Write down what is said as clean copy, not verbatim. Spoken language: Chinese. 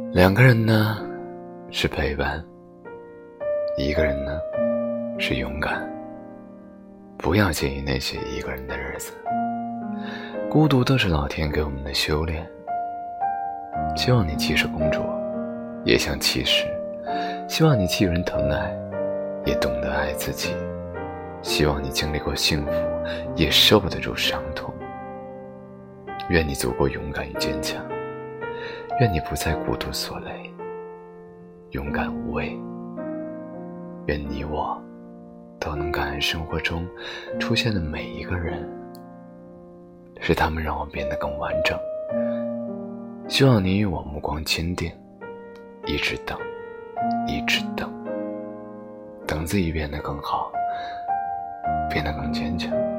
两个人呢是陪伴，一个人呢是勇敢。不要介意那些一个人的日子，孤独都是老天给我们的修炼。希望你既是公主也像骑士，希望你既人疼爱也懂得爱自己，希望你经历过幸福也受得住伤痛。愿你足够勇敢与坚强，愿你不再孤独所累，勇敢无畏。愿你我都能感恩生活中出现的每一个人，是他们让我变得更完整。希望你与我目光坚定，一直等，一直等，等自己变得更好，变得更坚强。